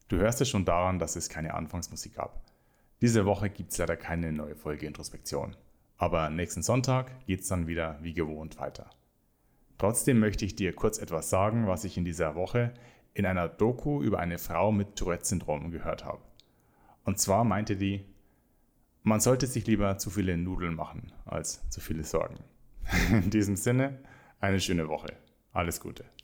Du hörst es schon daran, dass es keine Anfangsmusik gab. Diese Woche gibt es leider keine neue Folge Introspektion. Aber nächsten Sonntag geht es dann wieder wie gewohnt weiter. Trotzdem möchte ich dir kurz etwas sagen, was ich in dieser Woche in einer Doku über eine Frau mit Tourette-Syndrom gehört habe. Und zwar meinte die, man sollte sich lieber zu viele Nudeln machen, als zu viele Sorgen. In diesem Sinne, eine schöne Woche. Alles Gute.